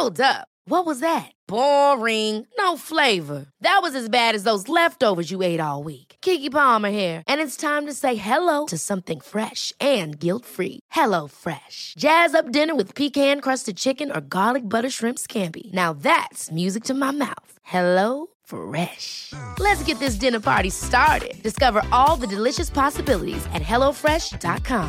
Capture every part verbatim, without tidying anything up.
Hold up. What was that? Boring. No flavor. That was as bad as those leftovers you ate all week. Keke Palmer here, and it's time to say hello to something fresh and guilt-free. Hello Fresh. Jazz up dinner with pecan-crusted chicken or garlic butter shrimp scampi. Now that's music to my mouth. Hello Fresh. Let's get this dinner party started. Discover all the delicious possibilities at hello fresh dot com.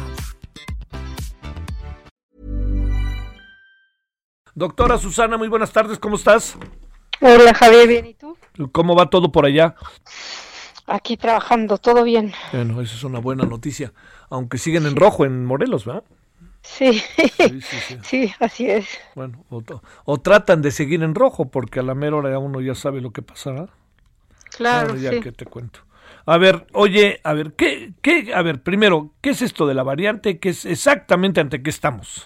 Doctora Susana, muy buenas tardes, ¿cómo estás? Hola Javier, ¿bien y tú? ¿Cómo va todo por allá? Aquí trabajando, todo bien. Bueno, esa es una buena noticia, aunque siguen en rojo en Morelos, ¿verdad? Sí, sí, sí, sí. sí, así es. Bueno, o, o tratan de seguir en rojo, porque a la mera hora uno ya sabe lo que pasará. Claro, bueno, ya sí. que te cuento. A ver, oye, a ver, ¿qué, qué, a ver, primero, ¿qué es esto de la variante? ¿Qué es exactamente ante qué estamos?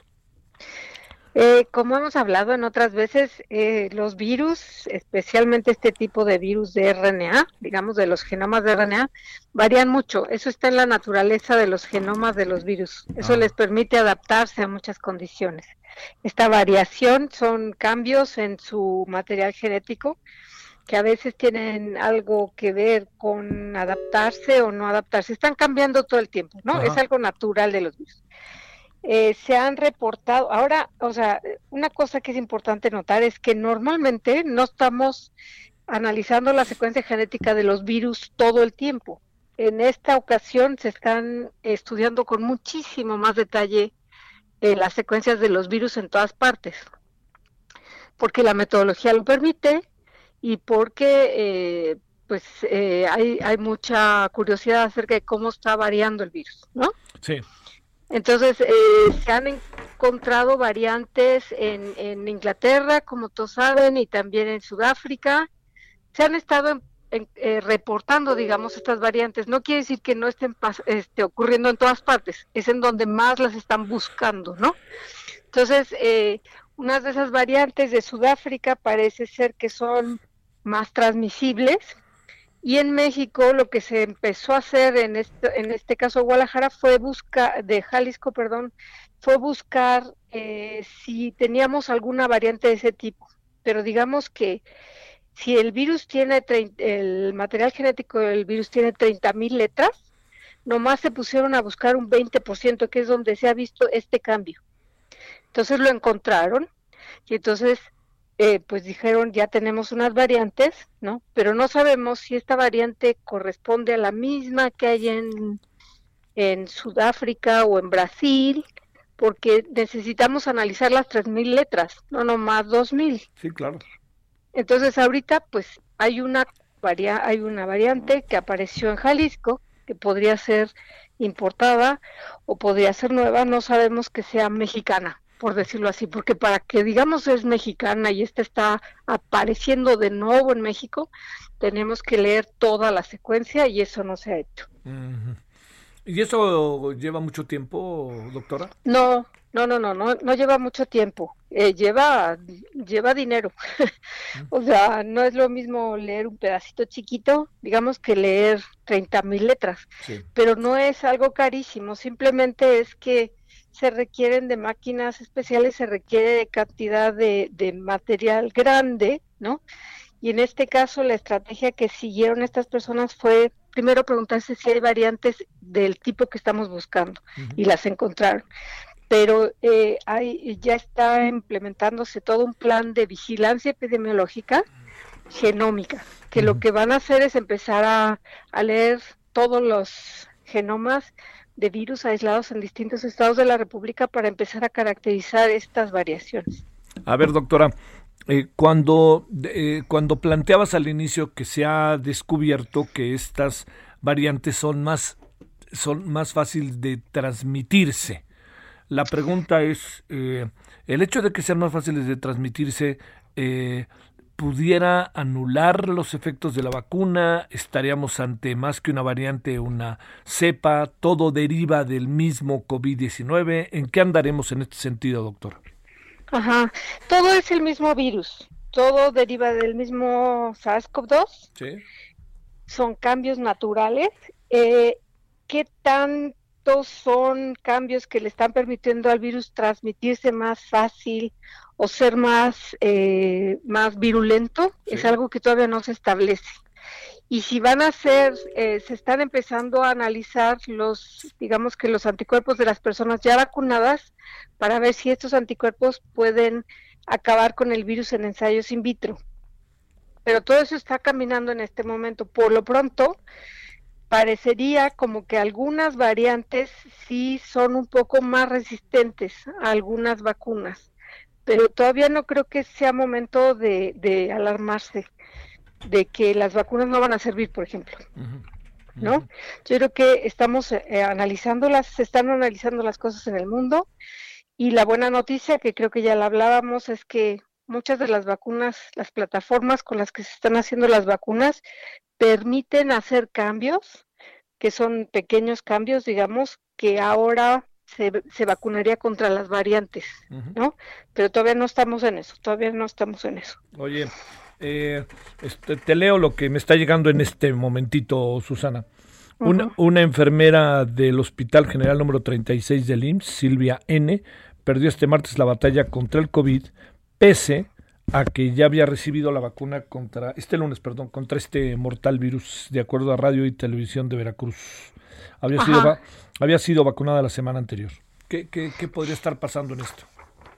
Eh, como hemos hablado en otras veces, eh, los virus, especialmente este tipo de virus de R N A, digamos de los genomas de R N A, varían mucho. Eso está en la naturaleza de los genomas de los virus. Eso ah. les permite adaptarse a muchas condiciones. Esta variación son cambios en su material genético que a veces tienen algo que ver con adaptarse o no adaptarse. Están cambiando todo el tiempo, ¿no? Ajá. Es algo natural de los virus. Eh, se han reportado, ahora, o sea, una cosa que es importante notar es que normalmente no estamos analizando la secuencia genética de los virus todo el tiempo. En esta ocasión se están estudiando con muchísimo más detalle eh, las secuencias de los virus en todas partes, porque la metodología lo permite y porque eh, pues eh, hay, hay mucha curiosidad acerca de cómo está variando el virus, ¿no? Sí. Entonces, eh, se han encontrado variantes en, en Inglaterra, como todos saben, y también en Sudáfrica. Se han estado en, en, eh, reportando, digamos, estas variantes. No quiere decir que no estén pas- este, ocurriendo en todas partes, es en donde más las están buscando, ¿no? Entonces, eh, unas de esas variantes de Sudáfrica parece ser que son más transmisibles. Y en México lo que se empezó a hacer en este, en este caso Guadalajara fue buscar, de Jalisco, perdón, fue buscar eh, si teníamos alguna variante de ese tipo. Pero digamos que si el virus tiene, el material genético del virus tiene treinta mil letras, nomás se pusieron a buscar un veinte por ciento, que es donde se ha visto este cambio. Entonces lo encontraron y entonces... Eh, pues dijeron ya tenemos unas variantes, ¿no? Pero no sabemos si esta variante corresponde a la misma que hay en, en Sudáfrica o en Brasil, porque necesitamos analizar las tres mil letras, no nomás dos mil. Sí, claro. Entonces ahorita pues hay una, varia- hay una variante que apareció en Jalisco, que podría ser importada o podría ser nueva, no sabemos que sea mexicana, por decirlo así, porque para que digamos es mexicana y esta está apareciendo de nuevo en México, tenemos que leer toda la secuencia y eso no se ha hecho. Uh-huh. ¿Y eso lleva mucho tiempo, doctora? No, no, no, no, no, no lleva mucho tiempo, eh, lleva, lleva dinero. O sea, no es lo mismo leer un pedacito chiquito, digamos, que leer treinta mil letras, sí. Pero no es algo carísimo, simplemente es que se requieren de máquinas especiales, se requiere de cantidad de, de material grande, ¿no? Y en este caso la estrategia que siguieron estas personas fue primero preguntarse si hay variantes del tipo que estamos buscando, uh-huh. Y las encontraron. Pero eh, hay, ya está implementándose todo un plan de vigilancia epidemiológica genómica, que uh-huh. Lo que van a hacer es empezar a, a leer todos los genomas de virus aislados en distintos estados de la República para empezar a caracterizar estas variaciones. A ver, doctora, eh, cuando, eh, cuando planteabas al inicio que se ha descubierto que estas variantes son más, son más fáciles de transmitirse, la pregunta es, eh, el hecho de que sean más fáciles de transmitirse, eh, ¿pudiera anular los efectos de la vacuna? ¿Estaríamos ante más que una variante, una cepa? ¿Todo deriva del mismo COVID diecinueve? ¿En qué andaremos en este sentido, doctor? Ajá, todo es el mismo virus, todo deriva del mismo SARS-CoV dos. Sí. Son cambios naturales. Eh, ¿Qué tanto efecto son cambios que le están permitiendo al virus transmitirse más fácil o ser más, eh, más virulento, sí. Es algo que todavía no se establece. Y si van a ser, eh, se están empezando a analizar los, digamos que los anticuerpos de las personas ya vacunadas para ver si estos anticuerpos pueden acabar con el virus en ensayos in vitro. Pero todo eso está caminando en este momento. Por lo pronto, parecería como que algunas variantes sí son un poco más resistentes a algunas vacunas, pero todavía no creo que sea momento de, de alarmarse de que las vacunas no van a servir, por ejemplo, uh-huh. Uh-huh. ¿no? Yo creo que estamos eh, analizando las, se están analizando las cosas en el mundo, y la buena noticia, que creo que ya la hablábamos, es que muchas de las vacunas, las plataformas con las que se están haciendo las vacunas, permiten hacer cambios, que son pequeños cambios, digamos, que ahora se, se vacunaría contra las variantes, uh-huh. ¿no? Pero todavía no estamos en eso, todavía no estamos en eso. Oye, eh, este, te leo lo que me está llegando en este momentito, Susana. Uh-huh. Una, una enfermera del Hospital General número treinta y seis del I M S S, Silvia N., perdió este martes la batalla contra el COVID, pese a que ya había recibido la vacuna contra, este lunes, perdón, contra este mortal virus, de acuerdo a Radio y Televisión de Veracruz. Había sido, va, había sido vacunada la semana anterior. ¿Qué, qué, qué podría estar pasando en esto?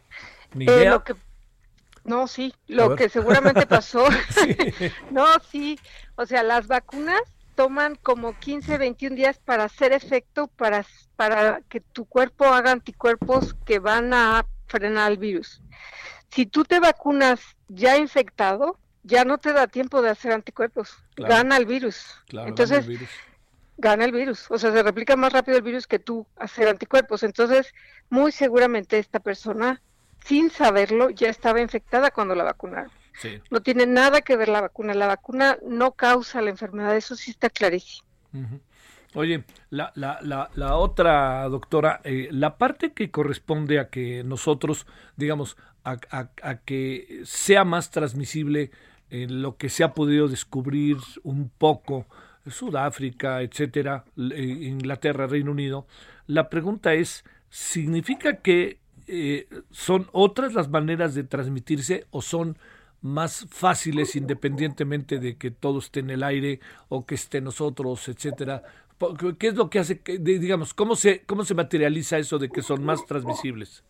¿Ni eh, idea? Lo que, no, sí, lo que seguramente pasó. Sí. No, sí, o sea, las vacunas toman como quince, veintiún días para hacer efecto, para, para que tu cuerpo haga anticuerpos que van a frenar el virus. Si tú te vacunas ya infectado, ya no te da tiempo de hacer anticuerpos, claro. Gana el virus. Claro, Entonces, gana el virus. Gana el virus, o sea, se replica más rápido el virus que tú hacer anticuerpos. Entonces, muy seguramente esta persona, sin saberlo, ya estaba infectada cuando la vacunaron. Sí. No tiene nada que ver la vacuna, la vacuna no causa la enfermedad, eso sí está clarísimo. Uh-huh. Oye, la, la, la, la otra doctora, eh, la parte que corresponde a que nosotros, digamos, a, a, a que sea más transmisible eh, lo que se ha podido descubrir un poco, Sudáfrica, etcétera, eh, Inglaterra, Reino Unido, la pregunta es, ¿significa que eh, son otras las maneras de transmitirse o son más fáciles independientemente de que todo esté en el aire o que esté nosotros, etcétera? ¿Qué es lo que hace, que, digamos, cómo se cómo se materializa eso de que son más transmisibles?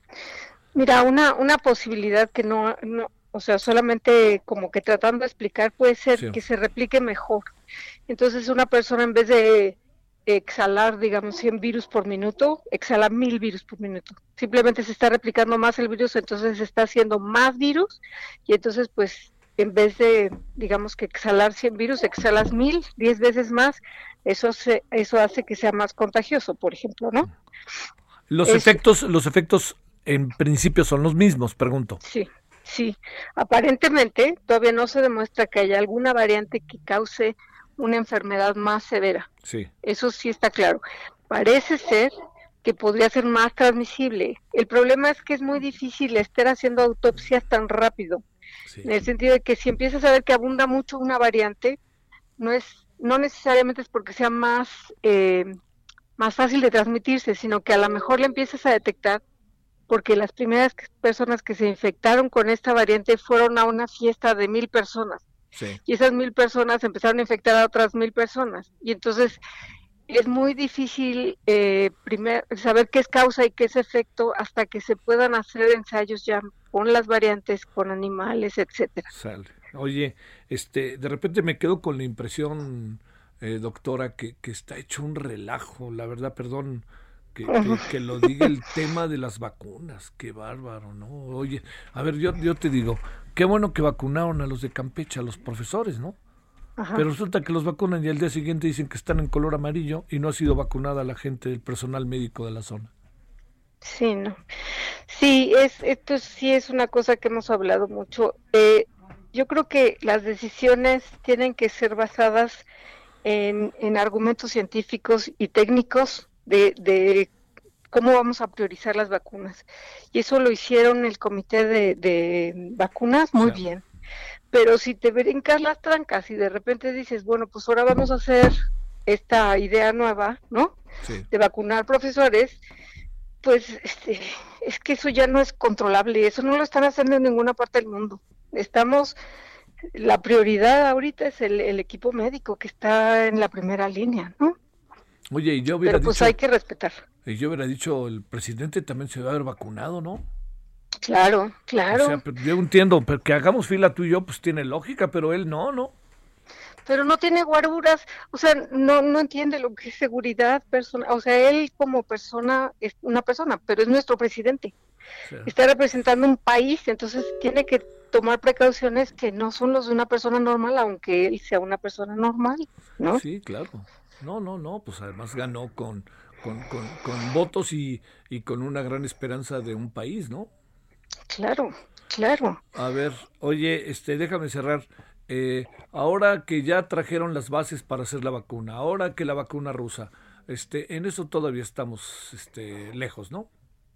Mira, una una posibilidad que no, no o sea, solamente como que tratando de explicar, puede ser sí. que se replique mejor. Entonces, una persona en vez de exhalar, digamos, cien virus por minuto, exhala mil virus por minuto. Simplemente se está replicando más el virus, entonces se está haciendo más virus, y entonces, pues, en vez de, digamos, que exhalar cien virus, exhalas mil, diez veces más. Eso se, eso hace que sea más contagioso, por ejemplo, ¿no? Los es, efectos, los efectos en principio son los mismos, pregunto. Sí, sí. Aparentemente todavía no se demuestra que haya alguna variante que cause una enfermedad más severa. Sí. Eso sí está claro. Parece ser que podría ser más transmisible. El problema es que es muy difícil estar haciendo autopsias tan rápido. Sí. En el sentido de que si empiezas a ver que abunda mucho una variante, no es no necesariamente es porque sea más eh, más fácil de transmitirse, sino que a lo mejor le empiezas a detectar porque las primeras personas que se infectaron con esta variante fueron a una fiesta de mil personas. Sí. Y esas mil personas empezaron a infectar a otras mil personas. Y entonces es muy difícil eh, primer, saber qué es causa y qué es efecto hasta que se puedan hacer ensayos ya con las variantes, con animales, etcétera. Sale. Oye, este, de repente me quedo con la impresión, eh, doctora, que, que está hecho un relajo, la verdad, perdón, que, que, que lo diga el tema de las vacunas, qué bárbaro, ¿no? Oye, a ver, yo, yo te digo, qué bueno que vacunaron a los de Campeche, a los profesores, ¿no? Ajá. Pero resulta que los vacunan y al día siguiente dicen que están en color amarillo y no ha sido vacunada la gente del personal médico de la zona. Sí, no. Sí, es, esto sí es una cosa que hemos hablado mucho. Eh, yo creo que las decisiones tienen que ser basadas en, en argumentos científicos y técnicos de, de cómo vamos a priorizar las vacunas. Y eso lo hicieron el comité de, de vacunas muy sí. bien. Pero si te brincas las trancas y de repente dices, bueno, pues ahora vamos a hacer esta idea nueva, ¿no? Sí. De vacunar profesores, pues este, es que eso ya no es controlable, eso no lo están haciendo en ninguna parte del mundo. Estamos, la prioridad ahorita es el, el equipo médico que está en la primera línea, ¿no? Oye, y yo hubiera Pero pues dicho, hay que respetar. y yo hubiera dicho, el presidente también se debe haber vacunado, ¿no? Claro, claro. O sea, pero yo entiendo, pero que hagamos fila tú y yo, pues tiene lógica, pero él no, ¿no? Pero no tiene guaruras, o sea, no no entiende lo que es seguridad personal, o sea, él como persona es una persona, pero es nuestro presidente. Sí. Está representando un país, entonces tiene que tomar precauciones que no son los de una persona normal, aunque él sea una persona normal, ¿no? Sí, claro. No, no, no, pues además ganó con, con, con, con votos y, y con una gran esperanza de un país, ¿no? Claro, claro. A ver, oye, este, déjame cerrar. Eh, ahora que ya trajeron las bases para hacer la vacuna, ahora que la vacuna rusa, este, en eso todavía estamos, este, lejos, ¿no?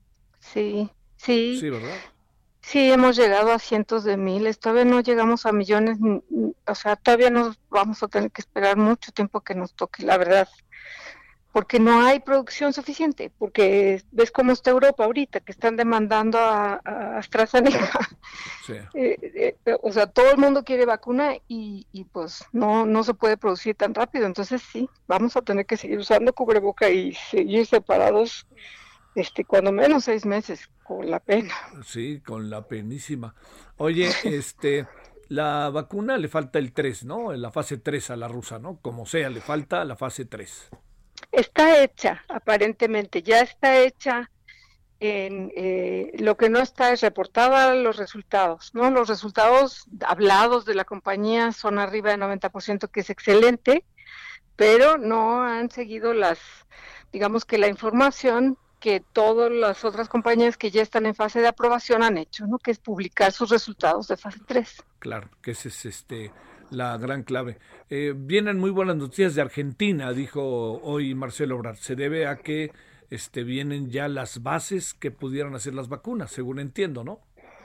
Sí, sí, Sí, ¿verdad? sí, hemos llegado a cientos de miles, todavía no llegamos a millones, n- n- o sea, todavía nos vamos a tener que esperar mucho tiempo que nos toque, la verdad, porque no hay producción suficiente, porque ves cómo está Europa ahorita, que están demandando a, a AstraZeneca. Sí. Eh, eh, o sea, todo el mundo quiere vacuna y, y pues no, no se puede producir tan rápido, entonces sí, vamos a tener que seguir usando cubreboca y seguir separados, este, cuando menos seis meses, con la pena. Sí, con la penísima. Oye, este, la vacuna le falta el tres, ¿no? La fase tres a la rusa, ¿no? Como sea, le falta la fase tres. Está hecha, aparentemente, ya está hecha. En, eh, lo que no está es reportada los resultados, ¿no? Los resultados hablados de la compañía son arriba del noventa por ciento, que es excelente, pero no han seguido las, digamos que la información que todas las otras compañías que ya están en fase de aprobación han hecho, ¿no? Que es publicar sus resultados de fase tres. Claro, que esa es este la gran clave. Eh, vienen muy buenas noticias de Argentina, dijo hoy Marcelo Ebrard. Se debe a que este vienen ya las bases que pudieran hacer las vacunas, según entiendo, ¿no?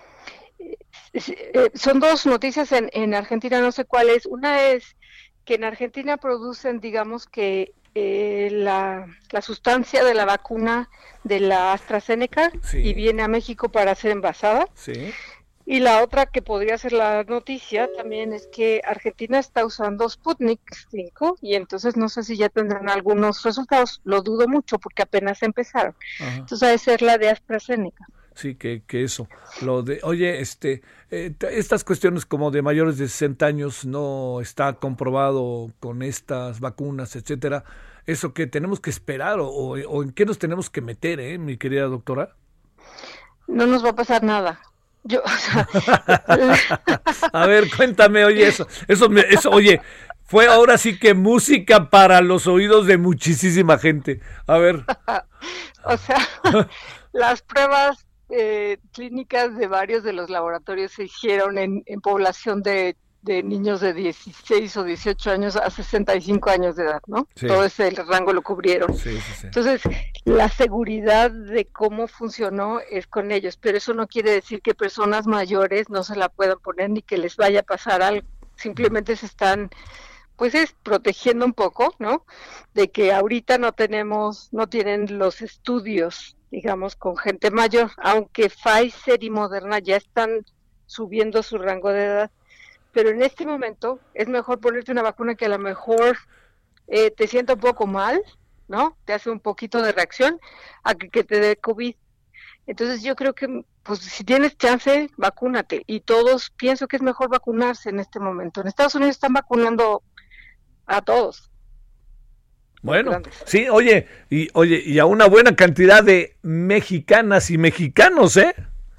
Eh, son dos noticias en, en Argentina, no sé cuál es. Una es que en Argentina producen, digamos que eh, la, la sustancia de la vacuna de la AstraZeneca Sí. y viene a México para ser envasada. Sí. Y la otra que podría ser la noticia también es que Argentina está usando Sputnik cinco y entonces no sé si ya tendrán algunos resultados, lo dudo mucho porque apenas empezaron. Ajá. Entonces ha de ser la de AstraZeneca. Sí, que, que eso. Lo de, oye, este, eh, t- estas cuestiones como de mayores de sesenta años no está comprobado con estas vacunas, etcétera. ¿Eso que tenemos que esperar o, o, o en qué nos tenemos que meter, eh, mi querida doctora? No nos va a pasar nada. Yo, o sea, A ver, cuéntame, oye, eso, eso, me- eso, oye, fue ahora sí que música para los oídos de muchísima gente. A ver, o sea, las pruebas eh, clínicas de varios de los laboratorios se hicieron en, en población de, de niños de dieciséis o dieciocho años a sesenta y cinco años de edad, ¿no? Sí. Todo ese rango lo cubrieron. sí, sí, sí. Entonces, la seguridad de cómo funcionó es con ellos, pero eso no quiere decir que personas mayores no se la puedan poner ni que les vaya a pasar algo. Simplemente se están, pues es protegiendo un poco, ¿no? De que ahorita no tenemos, no tienen los estudios, digamos, con gente mayor, aunque Pfizer y Moderna ya están subiendo su rango de edad. Pero en este momento es mejor ponerte una vacuna que a lo mejor eh, te sienta un poco mal, ¿no? Te hace un poquito de reacción a que, que te dé COVID. Entonces yo creo que, pues si tienes chance, vacúnate. Y todos pienso que es mejor vacunarse en este momento. En Estados Unidos están vacunando a todos. Bueno, grandes. sí, oye, y oye, y a una buena cantidad de mexicanas y mexicanos, ¿eh?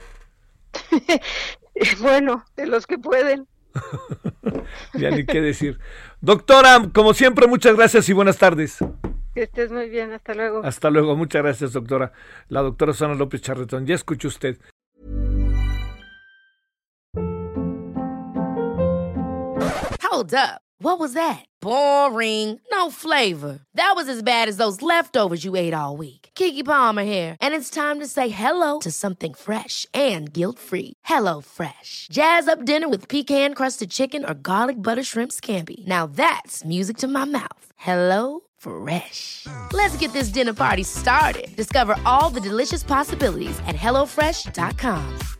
Bueno, de los que pueden. Ya ni qué decir. Doctora, como siempre, muchas gracias y buenas tardes. Que estés muy bien, hasta luego. Hasta luego, muchas gracias, doctora. La doctora Susana López Charretón, ya escuchó usted. Hold up. What was that? Boring. No flavor. That was as bad as those leftovers you ate all week. Keke Palmer here, and it's time to say hello to something fresh and guilt-free. Hello Fresh. Jazz up dinner with pecan-crusted chicken or garlic butter shrimp scampi. Now that's music to my mouth. Hello Fresh. Let's get this dinner party started. Discover all the delicious possibilities at hello fresh dot com.